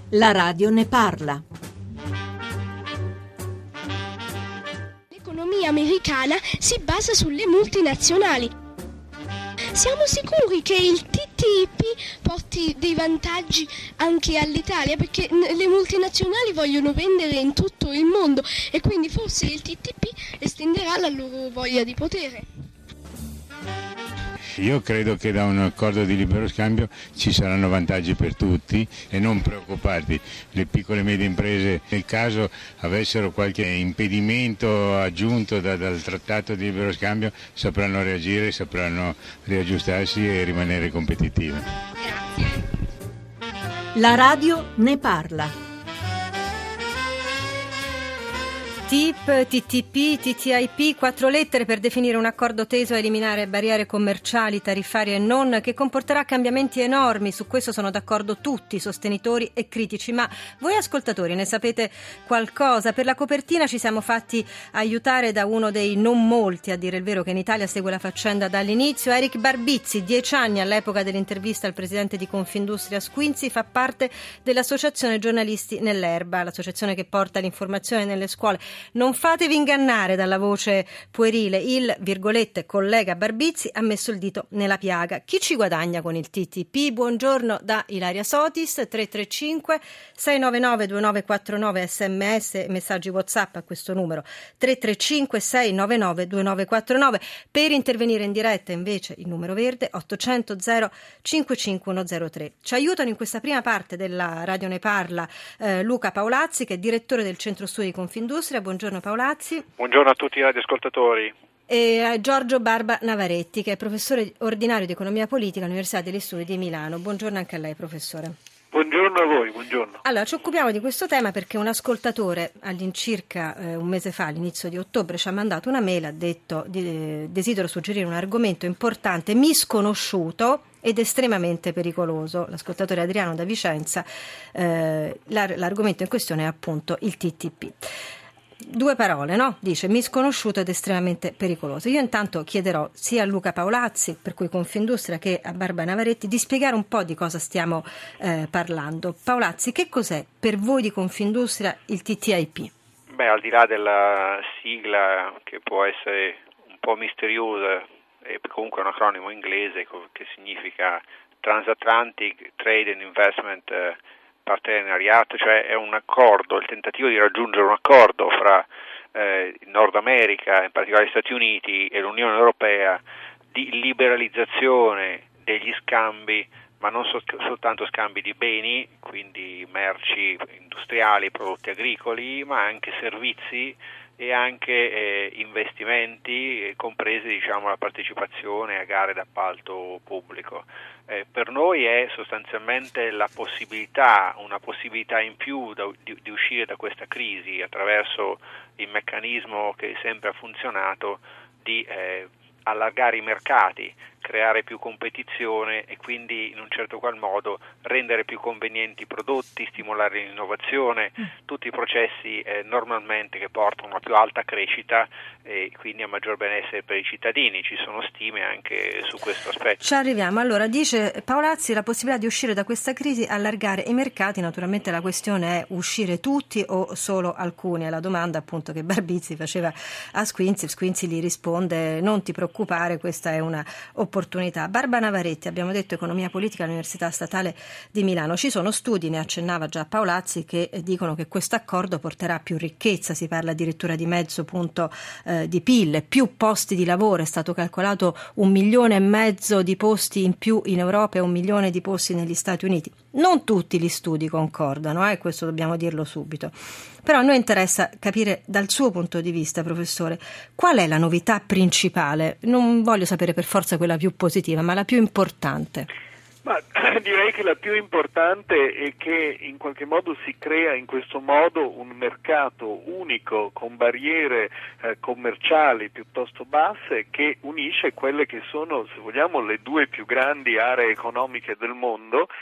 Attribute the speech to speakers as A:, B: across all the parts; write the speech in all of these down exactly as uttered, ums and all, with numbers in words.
A: La radio ne parla.
B: L'economia americana si basa sulle multinazionali. Siamo sicuri che il T T I P porti dei vantaggi anche all'Italia, perché le multinazionali vogliono vendere in tutto il mondo e quindi forse il T T I P estenderà la loro voglia di potere.
C: Io credo che da un accordo di libero scambio ci saranno vantaggi per tutti e non preoccuparti, le piccole e medie imprese nel caso avessero qualche impedimento aggiunto da, dal trattato di libero scambio sapranno reagire, sapranno riaggiustarsi e rimanere competitive.
A: La radio ne parla.
D: T I P, T T P, T T I P, quattro lettere per definire un accordo teso a eliminare barriere commerciali, tariffarie e non, che comporterà cambiamenti enormi. Su questo sono d'accordo tutti, sostenitori e critici. Ma voi ascoltatori ne sapete qualcosa? Per la copertina ci siamo fatti aiutare da uno dei non molti, a dire il vero, che in Italia segue la faccenda dall'inizio. Eric Barbizzi, dieci anni all'epoca dell'intervista al presidente di Confindustria Squinzi, fa parte dell'Associazione Giornalisti nell'Erba, l'associazione che porta l'informazione nelle scuole. Non fatevi ingannare dalla voce puerile. Il, virgolette, collega Barbizzi ha messo il dito nella piaga. Chi ci guadagna con il T T P? Buongiorno da Ilaria Sotis. Tre tre cinque sei nove nove due nove quattro nove sms e messaggi WhatsApp a questo numero tre tre cinque sei nove nove due nove quattro nove. Per intervenire in diretta invece il numero verde ottocento zero cinque cinque uno zero tre. Ci aiutano in questa prima parte della Radio Ne Parla eh, Luca Paolazzi, che è direttore del Centro Studi di Confindustria. Buongiorno Paolazzi.
E: Buongiorno a tutti i radioascoltatori.
D: E Giorgio Barba Navaretti, che è professore ordinario di economia politica all'Università degli Studi di Milano. Buongiorno anche a lei, professore.
E: Buongiorno a voi, buongiorno.
D: Allora, ci occupiamo di questo tema perché un ascoltatore all'incirca eh, un mese fa, all'inizio di ottobre, ci ha mandato una mail, ha detto di, desidero suggerire un argomento importante, misconosciuto ed estremamente pericoloso. L'ascoltatore Adriano da Vicenza, eh, l'ar- l'argomento in questione è appunto il T T P. Due parole, no? Dice misconosciuto ed estremamente pericoloso. Io intanto chiederò sia a Luca Paolazzi, per cui Confindustria, che a Barba Navaretti, di spiegare un po' di cosa stiamo eh, parlando. Paolazzi, che cos'è per voi di Confindustria il T T I P?
E: Beh, al di là della sigla, che può essere un po' misteriosa, è comunque un acronimo inglese che significa Transatlantic Trade and Investment Partenariato, cioè è un accordo, il tentativo di raggiungere un accordo fra eh, il Nord America, in particolare gli Stati Uniti, e l'Unione Europea di liberalizzazione degli scambi, ma non so, soltanto scambi di beni, quindi merci industriali, prodotti agricoli, ma anche servizi e anche eh, investimenti, eh, comprese diciamo la partecipazione a gare d'appalto pubblico. Eh, per noi è sostanzialmente la possibilità, una possibilità in più da, di, di uscire da questa crisi attraverso il meccanismo che sempre ha funzionato di eh, allargare i mercati, creare più competizione e quindi in un certo qual modo rendere più convenienti i prodotti, stimolare l'innovazione, tutti i processi eh, normalmente che portano a una più alta crescita e quindi a maggior benessere per i cittadini. Ci sono stime anche su questo aspetto.
D: Ci arriviamo. Allora, dice Paolazzi, la possibilità di uscire da questa crisi, allargare i mercati. Naturalmente la questione è uscire tutti o solo alcuni. È la domanda appunto che Barbizzi faceva a Squinzi. Squinzi gli risponde: non ti preoccupare, questa è una opportunità. Barba Navaretti, abbiamo detto economia politica all'Università Statale di Milano. Ci sono studi, ne accennava già Paolazzi, che dicono che questo accordo porterà più ricchezza, si parla addirittura di mezzo punto eh, di P I L, più posti di lavoro, è stato calcolato un milione e mezzo di posti in più in Europa e un milione di posti negli Stati Uniti. Non tutti gli studi concordano, eh, questo dobbiamo dirlo subito. Però a noi interessa capire dal suo punto di vista, professore, qual è la novità principale? Non voglio sapere per forza quella più positiva, ma la più importante.
F: Ma direi che la più importante è che in qualche modo si crea in questo modo un mercato unico con barriere eh, commerciali piuttosto basse, che unisce quelle che sono, se vogliamo, le due più grandi aree economiche del mondo,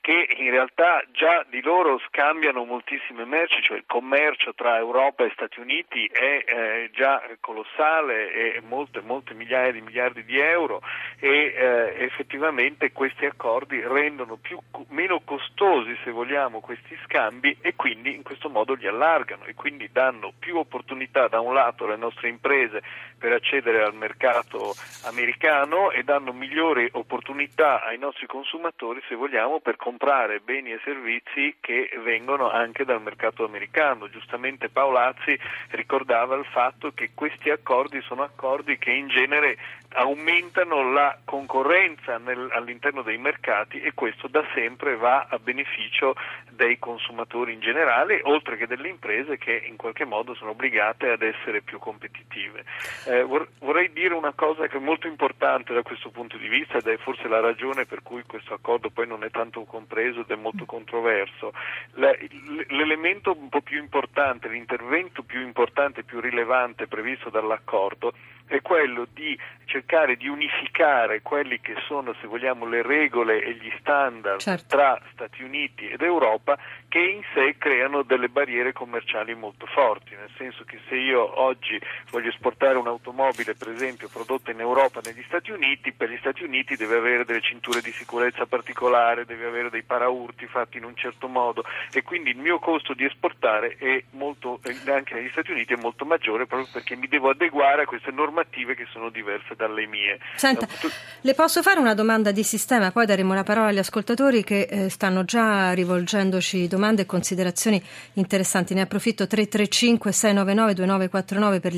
F: che in realtà già di loro scambiano moltissime merci, cioè il commercio tra Europa e Stati Uniti è eh, già colossale e molte, molte migliaia di miliardi di euro e eh, effettivamente questi accordi rendono più, meno costosi, se vogliamo, questi scambi e quindi in questo modo li allargano e quindi danno più opportunità da un lato alle nostre imprese per accedere al mercato americano e danno migliori opportunità ai nostri consumatori, se vogliamo, per comprare beni e servizi che vengono anche dal mercato americano. Giustamente Paolazzi ricordava il fatto che questi accordi sono accordi che in genere aumentano la concorrenza nel, all'interno dei mercati e questo da sempre va a beneficio dei consumatori in generale, oltre che delle imprese che in qualche modo sono obbligate ad essere più competitive. Eh, vor, vorrei dire una cosa che è molto importante da questo punto di vista ed è forse la ragione per cui questo accordo poi non è tanto compreso ed è molto controverso. La, l'elemento un po' più importante, l'intervento più importante, più rilevante previsto dall'accordo è quello di cercare di unificare quelli che sono, se vogliamo, le regole e gli standard certo. tra Stati Uniti ed Europa, che in sé creano delle barriere commerciali molto forti, nel senso che se io oggi voglio esportare un'automobile, per esempio, prodotta in Europa negli Stati Uniti, per gli Stati Uniti deve avere delle cinture di sicurezza particolari, deve avere dei paraurti fatti in un certo modo e quindi il mio costo di esportare è molto, anche negli Stati Uniti è molto maggiore proprio perché mi devo adeguare a queste normative che sono diverse dalle mie.
D: Senta, le posso fare una domanda di sistema, poi daremo la parola agli ascoltatori che eh, stanno già rivolgendoci domande e considerazioni interessanti. Ne approfitto. Tre tre cinque sei nove nove due nove quattro nove per gli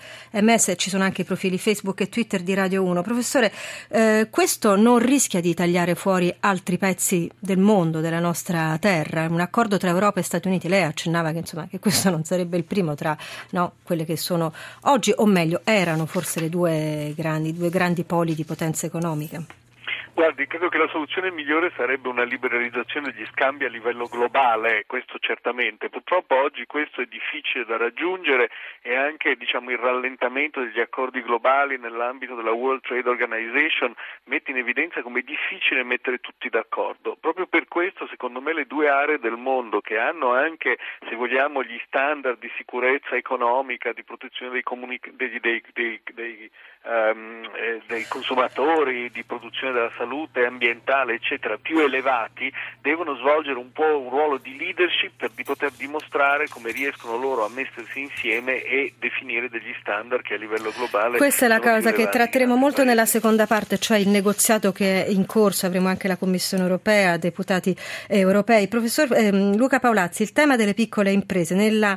D: sms, ci sono anche i profili Facebook e Twitter di Radio uno. Professore, eh, questo non rischia di tagliare fuori altri pezzi del mondo, della nostra terra? Un accordo tra Europa e Stati Uniti, lei accennava che insomma che questo non sarebbe il primo tra no, quelle che sono oggi, o meglio erano forse le due grandi, due grandi poli di potenza economica.
F: Guardi, credo che la soluzione migliore sarebbe una liberalizzazione degli scambi a livello globale, questo certamente. Purtroppo oggi questo è difficile da raggiungere e anche diciamo, il rallentamento degli accordi globali nell'ambito della World Trade Organization mette in evidenza come è difficile mettere tutti d'accordo. Proprio per questo, secondo me, le due aree del mondo che hanno anche, se vogliamo, gli standard di sicurezza economica, di protezione dei, comunic- dei, dei, dei, dei, um, eh, dei consumatori, di produzione della salute ambientale eccetera più elevati, devono svolgere un po' un ruolo di leadership per di poter dimostrare come riescono loro a mettersi insieme e definire degli standard che a livello globale.
D: Questa è la cosa che tratteremo molto nella seconda parte, cioè il negoziato che è in corso. Avremo anche la Commissione europea, deputati europei. Professor eh, Luca Paolazzi, il tema delle piccole imprese nella,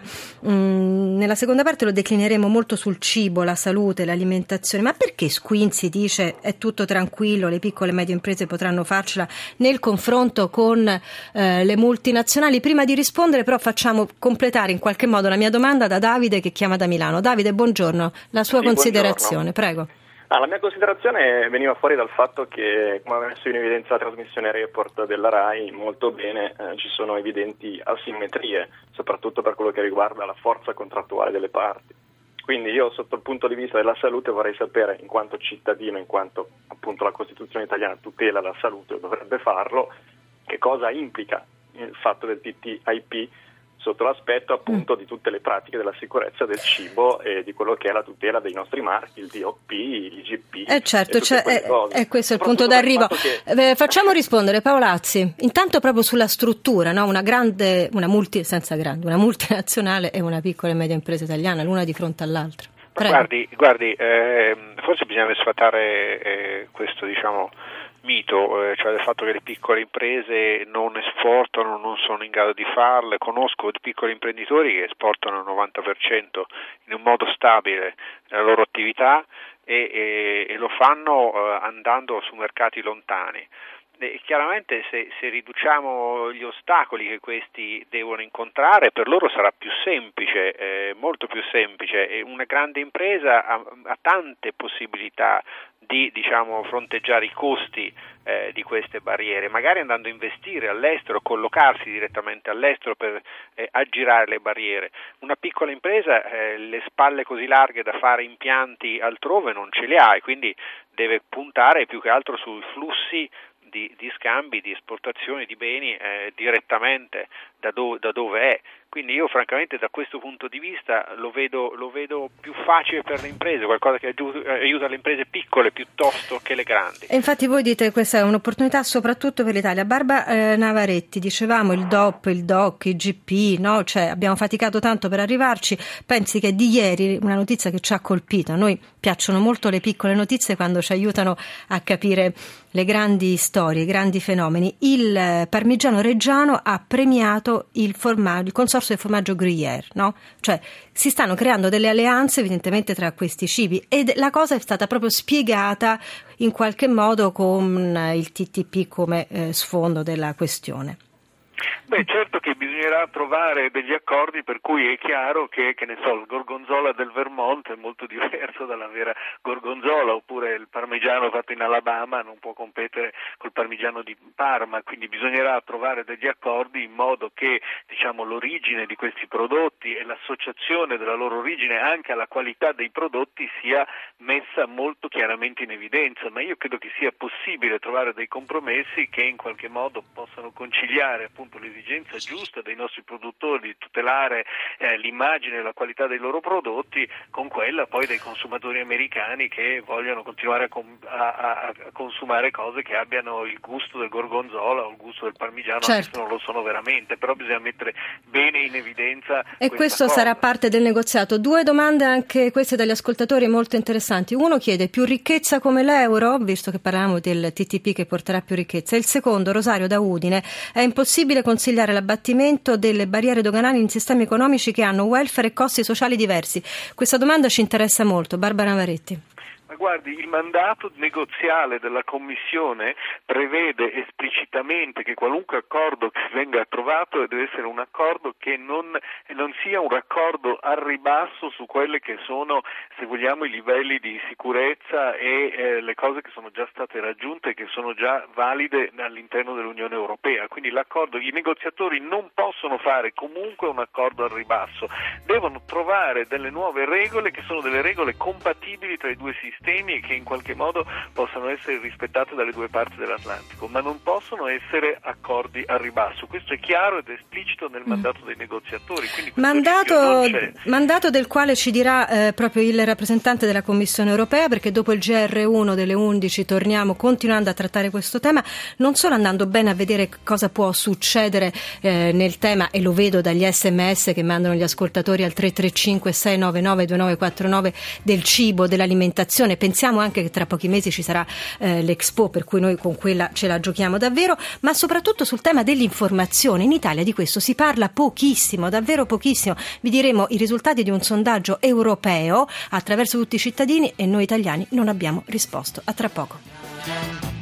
D: mh, nella seconda parte lo declineremo molto sul cibo, la salute, l'alimentazione. Ma perché Squinzi dice è tutto tranquillo, le piccole medie imprese potranno farcela nel confronto con eh, le multinazionali? Prima di rispondere però facciamo completare in qualche modo la mia domanda da Davide che chiama da Milano. Davide, buongiorno, la sua sì, considerazione, buongiorno. Prego.
G: Ah, la mia considerazione veniva fuori dal fatto che, come ha messo in evidenza la trasmissione Report della RAI, molto bene eh, ci sono evidenti asimmetrie, soprattutto per quello che riguarda la forza contrattuale delle parti. Quindi io sotto il punto di vista della salute vorrei sapere, in quanto cittadino, in quanto appunto la Costituzione italiana tutela la salute o dovrebbe farlo, che cosa implica il fatto del T T I P sotto l'aspetto appunto mm. di tutte le pratiche della sicurezza del cibo e di quello che è la tutela dei nostri marchi, il D O P, l'I G P.
D: Eh certo, cioè, è, è questo il punto d'arrivo. Che... Eh, facciamo rispondere Paolazzi, intanto proprio sulla struttura, no? Una grande, una multi, senza grande, una multinazionale e una piccola e media impresa italiana, l'una di fronte all'altra. Prego.
E: Guardi, guardi eh, forse bisogna sfatare eh, questo diciamo mito, eh, cioè del fatto che le piccole imprese non esportano, non sono in grado di farle. Conosco piccoli imprenditori che esportano il novanta per cento in un modo stabile nella loro attività e, e, e lo fanno eh, andando su mercati lontani. E chiaramente se, se riduciamo gli ostacoli che questi devono incontrare, per loro sarà più semplice, eh, molto più semplice, e una grande impresa ha, ha tante possibilità di diciamo fronteggiare i costi eh, di queste barriere, magari andando a investire all'estero, collocarsi direttamente all'estero per eh, aggirare le barriere. Una piccola impresa eh, le spalle così larghe da fare impianti altrove non ce le ha e quindi deve puntare più che altro sui flussi di, di scambi, di esportazioni di beni eh, direttamente da, do, da dove è. Quindi io francamente da questo punto di vista lo vedo, lo vedo più facile per le imprese, qualcosa che aiuta le imprese piccole piuttosto che le grandi.
D: E infatti voi dite che questa è un'opportunità soprattutto per l'Italia. Barbara eh, Navaretti, dicevamo il D O P, il D O C, il G P, no? Cioè, abbiamo faticato tanto per arrivarci. Pensi che di ieri una notizia che ci ha colpito, a noi piacciono molto le piccole notizie quando ci aiutano a capire le grandi storie, i grandi fenomeni. Il Parmigiano Reggiano ha premiato il formaggio, il consorzio del formaggio Gruyère, no? Cioè si stanno creando delle alleanze evidentemente tra questi cibi e la cosa è stata proprio spiegata in qualche modo con il T T P come eh, sfondo della questione.
F: Beh, certo che bisognerà trovare degli accordi per cui è chiaro che, che ne so, il gorgonzola del Vermont è molto diverso dalla vera gorgonzola, oppure il parmigiano fatto in Alabama non può competere col parmigiano di Parma, quindi bisognerà trovare degli accordi in modo che, diciamo, l'origine di questi prodotti e l'associazione della loro origine anche alla qualità dei prodotti sia messa molto chiaramente in evidenza, ma io credo che sia possibile trovare dei compromessi che in qualche modo possano conciliare appunto l'esigenza giusta dei nostri produttori di tutelare eh, l'immagine e la qualità dei loro prodotti con quella poi dei consumatori americani che vogliono continuare a, com- a, a consumare cose che abbiano il gusto del gorgonzola o il gusto del parmigiano, certo, anche se non lo sono veramente, però bisogna mettere bene in evidenza
D: e questo
F: cosa.
D: Sarà parte del negoziato. Due domande anche queste dagli ascoltatori molto interessanti. Uno chiede più ricchezza come l'euro, visto che parliamo del T T P che porterà più ricchezza. Il secondo, Rosario da Udine, è impossibile consigliare l'abbattimento delle barriere doganali in sistemi economici che hanno welfare e costi sociali diversi. Questa domanda ci interessa molto. Barbara Navaretti.
F: Ma guardi, il mandato negoziale della Commissione prevede esplicitamente che qualunque accordo che venga trovato deve essere un accordo che non, non sia un raccordo al ribasso su quelle che sono, se vogliamo, i livelli di sicurezza e eh, le cose che sono già state raggiunte e che sono già valide all'interno dell'Unione Europea. Quindi l'accordo, i negoziatori non possono fare comunque un accordo al ribasso, devono trovare delle nuove regole che sono delle regole compatibili tra i due sistemi e che in qualche modo possano essere rispettate dalle due parti dell'Atlantico, ma non possono essere accordi al ribasso. Questo è chiaro ed esplicito nel mandato dei negoziatori. Quindi
D: mandato, mandato del quale ci dirà eh, proprio il rappresentante della Commissione Europea, perché dopo il G R uno delle undici torniamo continuando a trattare questo tema, non solo andando bene a vedere cosa può succedere eh, nel tema, e lo vedo dagli sms che mandano gli ascoltatori al tre tre cinque sei nove nove due nove quattro nove del cibo, dell'alimentazione. Pensiamo anche che tra pochi mesi ci sarà eh, l'Expo, per cui noi con quella ce la giochiamo davvero, ma soprattutto sul tema dell'informazione. In Italia di questo si parla pochissimo, davvero pochissimo. Vi diremo i risultati di un sondaggio europeo attraverso tutti i cittadini e noi italiani non abbiamo risposto. A tra poco.